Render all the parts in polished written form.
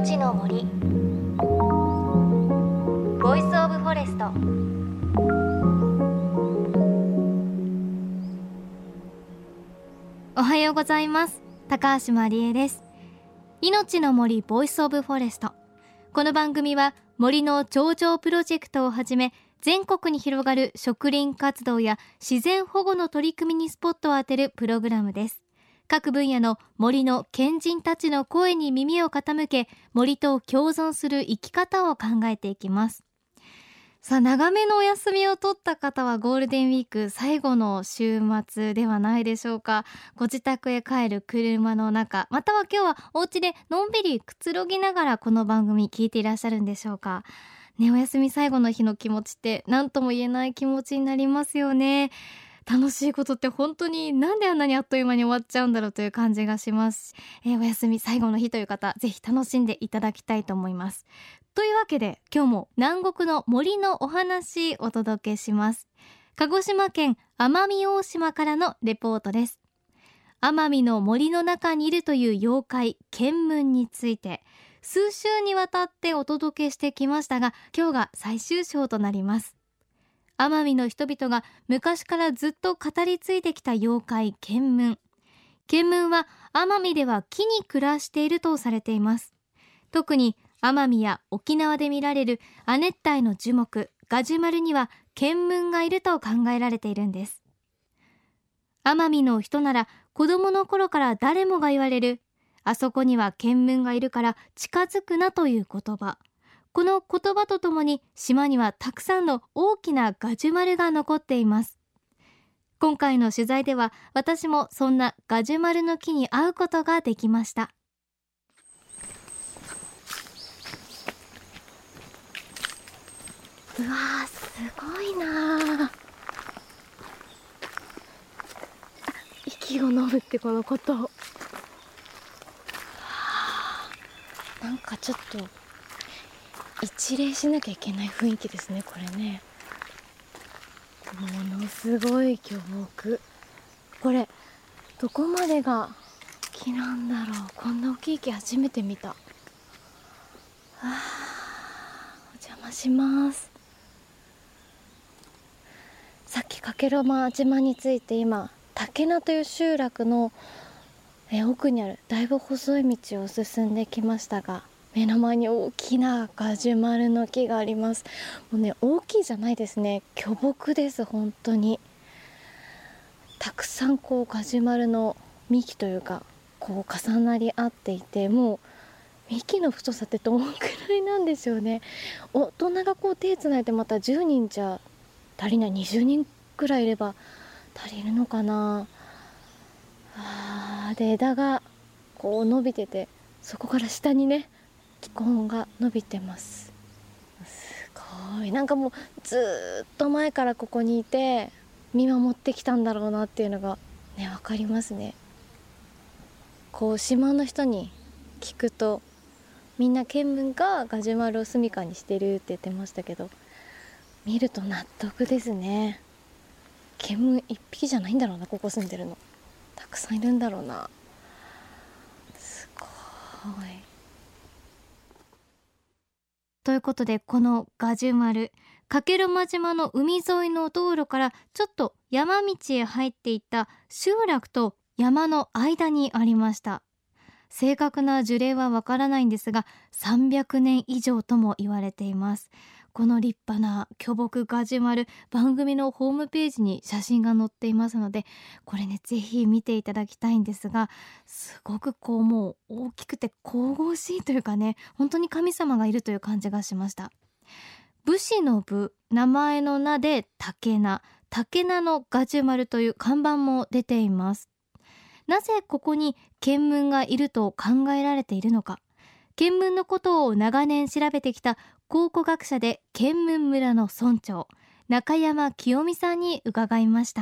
命の森ボイスオブフォレスト。おはようございます。高橋真理恵です。命の森ボイスオブフォレスト。この番組は森の頂上プロジェクトをはじめ、全国に広がる植林活動や自然保護の取り組みにスポットを当てるプログラムです。各分野の森の賢人たちの声に耳を傾け、森と共存する生き方を考えていきます。さあ、長めのお休みを取った方はゴールデンウィーク最後の週末ではないでしょうか。ご自宅へ帰る車の中、または今日はお家でのんびりくつろぎながらこの番組聞いていらっしゃるんでしょうかね。お休み最後の日の気持ちって何とも言えない気持ちになりますよね。楽しいことって本当になんであんなにあっという間に終わっちゃうんだろうという感じがします。お休み最後の日という方、ぜひ楽しんでいただきたいと思います。というわけで今日も南国の森のお話お届けします。鹿児島県奄美大島からのレポートです。奄美の森の中にいるという妖怪ケンムンについて数週にわたってお届けしてきましたが、今日が最終章となります。奄美の人々が昔からずっと語り継いできた妖怪ケンムン。ケンムンは奄美では木に暮らしているとされています。特に奄美や沖縄で見られる亜熱帯の樹木ガジュマルにはケンムンがいると考えられているんです。奄美の人なら子供の頃から誰もが言われる、あそこにはケンムンがいるから近づくなという言葉。この言葉とともに島にはたくさんの大きなガジュマルが残っています。今回の取材では私もそんなガジュマルの木に会うことができました。うわー、すごいな。息を飲むってこのこと、なんかちょっと一礼しなきゃいけない雰囲気ですね、これね。ものすごい巨木。これどこまでが木なんだろう。こんな大きい木初めて見た。お邪魔します。さっき加計呂麻島について今竹名という集落の奥にあるだいぶ細い道を進んできましたが、目の前に大きなガジュマルの木があります。もうね、大きいじゃないですね、巨木です。本当にたくさんこうガジュマルの幹というかこう重なり合っていて、もう幹の太さってどんくらいなんでしょうね。大人がこう手つないでまた10人じゃ足りない、20人くらいいれば足りるのかな。で枝がこう伸びてて、そこから下にね気根が伸びてます。すごい、なんかもうずっと前からここにいて見守ってきたんだろうなっていうのがね、わかりますね。こう島の人に聞くとみんなケンムンがガジュマルを住処にしてるって言ってましたけど、見ると納得ですね。ケンムン一匹じゃないんだろうな、ここ住んでるのたくさんいるんだろうな。すごい。ということで、このガジュマル、加計呂麻島の海沿いの道路からちょっと山道へ入っていった集落と山の間にありました。正確な樹齢はわからないんですが、300年以上とも言われています。この立派な巨木ガジュマル、番組のホームページに写真が載っていますので、これねぜひ見ていただきたいんですが、すごくこうもう大きくて神々しいというかね、本当に神様がいるという感じがしました。武士の武、名前の名で竹名、竹名のガジュマルという看板も出ています。なぜここにケンムンがいると考えられているのか、ケンムンのことを長年調べてきた考古学者でケンムン村の村長中山清美さんに伺いました。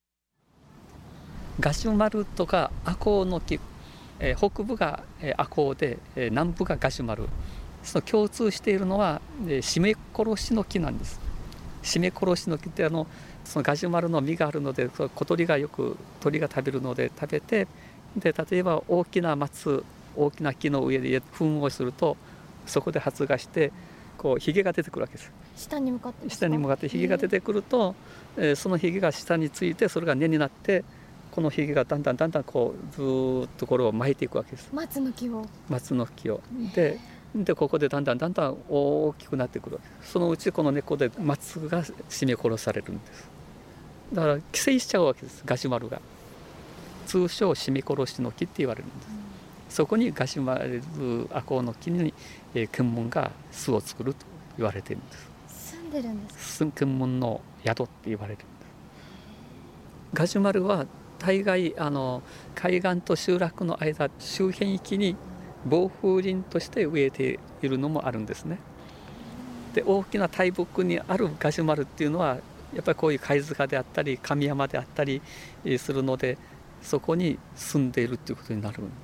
ガジュマルとかアコウの木、北部がアコウで南部がガジュマル、その共通しているのは締め殺しの木なんです。締め殺しの木ってそのガジュマルの実があるので、小鳥がよく鳥が食べるので食べて、で例えば大きな松大きな木の上で糞をするとそこで発芽してこうひげが出てくるわけです。 下に向かってですか？ 下に向かってひげが出てくると、そのひげが下についてそれが根になってこのひげがだんだんこうずーっとこれを巻いていくわけです。 松の木をでここでだんだん大きくなってくるわけです。そのうちこの根っこで松が絞め殺されるんです。だから寄生しちゃうわけです、ガジュマルが。通称絞め殺しの木って言われるんです。そこにガジュマルアコウの木に検問が巣を作ると言われているんです。 住んでるんですか？ 検問の宿って言われるんです。ガジュマルは大概海岸と集落の間周辺域に防風林として植えているのもあるんですね。で大きな大木にあるガジュマルっていうのはやっぱりこういう貝塚であったり神山であったりするのでそこに住んでいるということになるんです。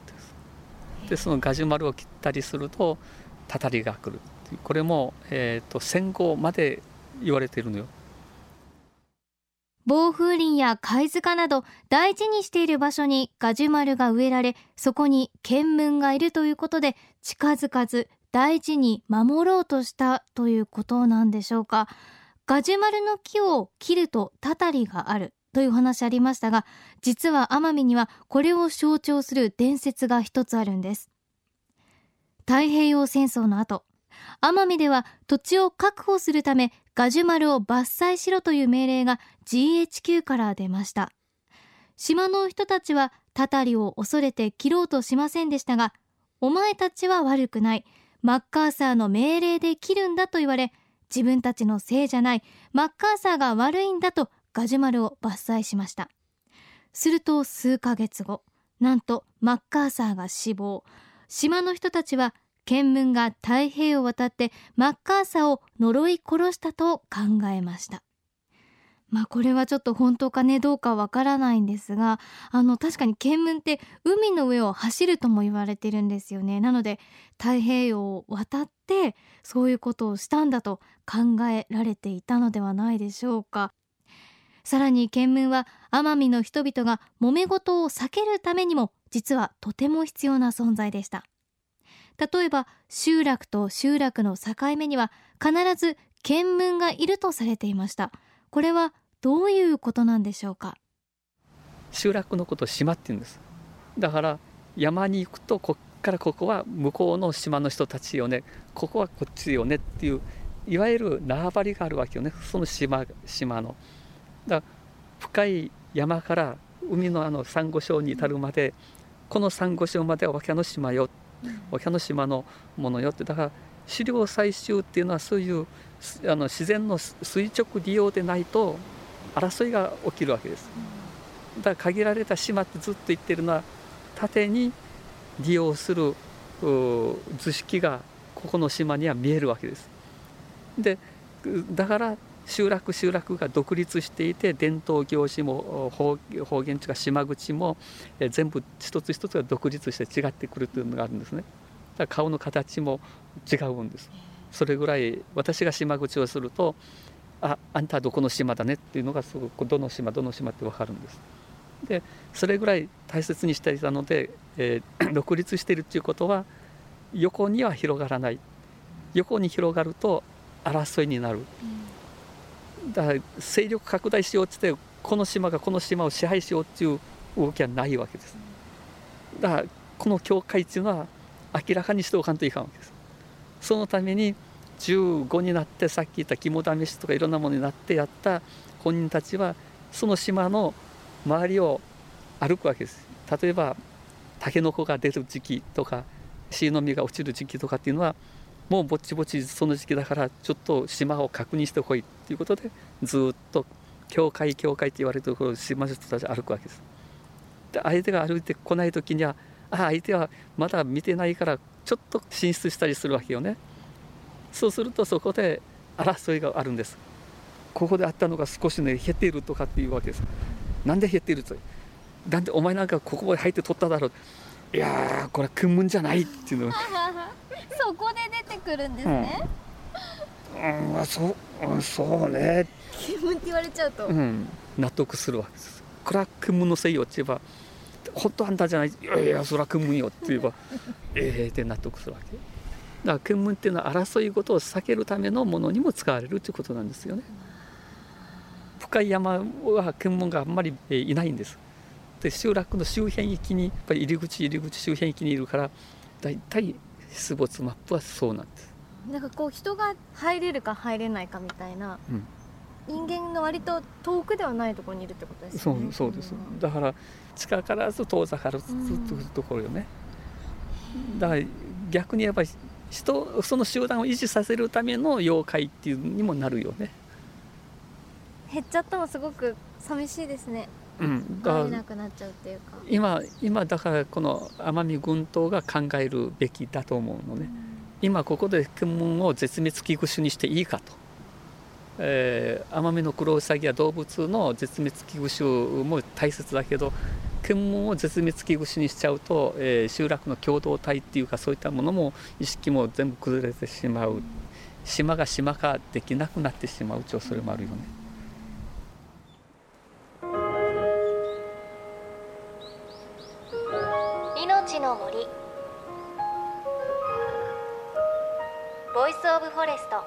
でそのガジュマルを切ったりするとたたりが来るっていう、これも、戦後まで言われているのよ。 防風林や貝塚など大事にしている場所にガジュマルが植えられ、そこに検問がいるということで近づかず大事に守ろうとしたということなんでしょうか。ガジュマルの木を切るとたたりがあるという話ありましたが、実は奄美にはこれを象徴する伝説が一つあるんです。太平洋戦争の後、奄美では土地を確保するためガジュマルを伐採しろという命令が GHQ から出ました。島の人たちはたたりを恐れて切ろうとしませんでしたが、お前たちは悪くない、マッカーサーの命令で切るんだと言われ、自分たちのせいじゃない、マッカーサーが悪いんだとガジュマルを伐採しました。すると数ヶ月後、なんとマッカーサーが死亡。島の人たちは検問が太平洋を渡ってマッカーサーを呪い殺したと考えました。これはちょっと本当かねどうかわからないんですが、確かに検問って海の上を走るとも言われてるんですよね。なので太平洋を渡ってそういうことをしたんだと考えられていたのではないでしょうか。さらに検問は奄美の人々が揉め事を避けるためにも実はとても必要な存在でした。例えば集落と集落の境目には必ず検問がいるとされていました。これはどういうことなんでしょうか。 集落のことを島って言うんです。だから山に行くとこっからここは向こうの島の人たちよね、ここはこっちよねっていういわゆる縄張りがあるわけよね。その島のだから深い山から海のサンゴ礁に至るまで、このサンゴ礁までは沖の島よ、沖の島のものよって。だから狩猟採集っていうのはそういう自然の垂直利用でないと争いが起きるわけです。だから限られた島ってずっと言ってるのは縦に利用する図式がここの島には見えるわけです。でだから集落が独立していて伝統行事も方言というか島口も全部一つ一つが独立して違ってくるというのがあるんですね。だから顔の形も違うんです。それぐらい私が島口をするとあんたはどこの島だねっていうのがすごくどの島って分かるんです。でそれぐらい大切にしていたので、独立しているっていうことは横には広がらない、横に広がると争いになる。だから勢力拡大しようって言ってこの島がこの島を支配しようっていう動きはないわけです。だからこの境界っていうのは明らかにしておかんといかんわけです。そのために15になってさっき言った肝試しとかいろんなものになってやった本人たちはその島の周りを歩くわけです。例えばタケノコが出る時期とかシイの実が落ちる時期とかっていうのはもうぼちぼちその時期だからちょっと島を確認してこいということでずっと境界って言われてるところを島の人たち歩くわけです。で相手が歩いてこない時には相手はまだ見てないからちょっと進出したりするわけよね。そうするとそこで争いがあるんです。ここであったのが少しね減っているとかっていうわけです。なんで減っていると、なんでお前なんかここまで入って取っただろう、いやーこれは訓問じゃないっていうのそこで出てくるんですね。 そうね訓問って言われちゃうと、 納得するわけです。これは訓問のせいよって言えば本当あんたじゃない、いやいやそれは訓問よって言えばって納得するわけだから、訓問っていうのは争い事を避けるためのものにも使われるということなんですよね。深い山は訓問があんまりいないんです。で集落の周辺域にやっぱり入り口周辺域にいるから、だいたい出没マップはそうなんです。 なんかこう人が入れるか入れないかみたいな、人間が割と遠くではないところにいるってことですよね。 そうです。だから近からず遠ざかるところよね。だから逆にやっぱりその集団を維持させるための妖怪っていうにもなるよね。 減っちゃったのすごく寂しいですね。会えなくなっちゃうっていうか、 今だからこの奄美群島が考えるべきだと思うのね。今ここで訓問を絶滅危惧種にしていいかと、奄美のクロウサギや動物の絶滅危惧種も大切だけど、訓問を絶滅危惧種にしちゃうと、集落の共同体っていうかそういったものも意識も全部崩れてしまう、島が島化できなくなってしまうというそれもあるよね。 命の森ボイスオブフォレスト。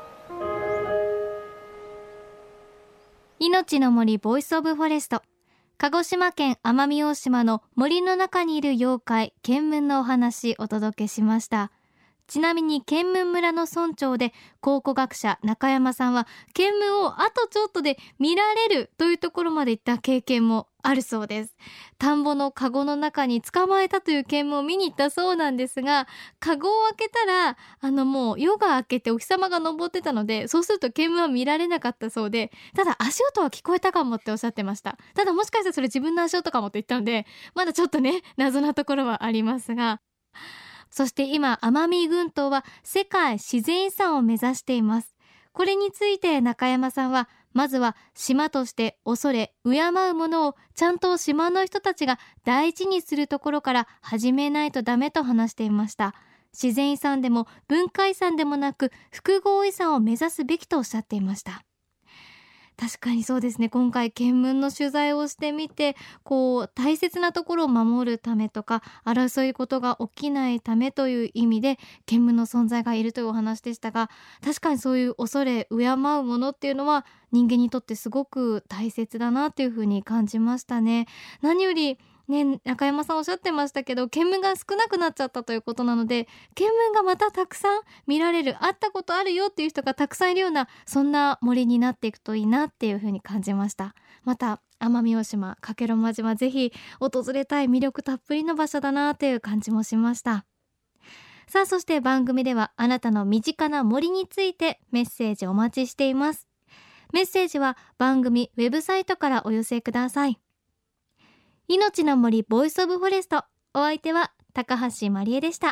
命の森ボイスオブフォレスト。鹿児島県奄美大島の森の中にいる妖怪見聞のお話お届けしました。ちなみに見聞村の村長で考古学者中山さんは、見聞をあとちょっとで見られるというところまで行った経験もあるそうです。田んぼのカゴの中に捕まえたという見聞を見に行ったそうなんですが、カゴを開けたらもう夜が明けてお日様が昇ってたので、そうすると見聞は見られなかったそうで、ただ足音は聞こえたかもっておっしゃってました。ただもしかしたらそれ自分の足音かもって言ったので、まだちょっとね謎なところはありますが、そして今奄美群島は世界自然遺産を目指しています。これについて中山さんは、まずは島として恐れ敬うものをちゃんと島の人たちが大事にするところから始めないとダメと話していました。自然遺産でも文化遺産でもなく複合遺産を目指すべきとおっしゃっていました。確かにそうですね。今回見聞の取材をしてみて、大切なところを守るためとか争いことが起きないためという意味で見聞の存在がいるというお話でしたが、確かにそういう恐れ敬うものっていうのは人間にとってすごく大切だなというふうに感じましたね。何よりね、中山さんおっしゃってましたけど、見聞が少なくなっちゃったということなので、見聞がまたたくさん見られる、会ったことあるよっていう人がたくさんいるような、そんな森になっていくといいなっていうふうに感じました。また奄美大島加計呂麻島、ぜひ訪れたい魅力たっぷりの場所だなという感じもしました。さあ、そして番組ではあなたの身近な森についてメッセージお待ちしています。メッセージは番組ウェブサイトからお寄せください。命の森ボイスオブフォレスト、お相手は高橋まりえでした。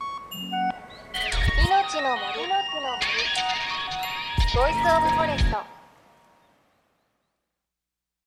命の森ボイスオブフォレスト。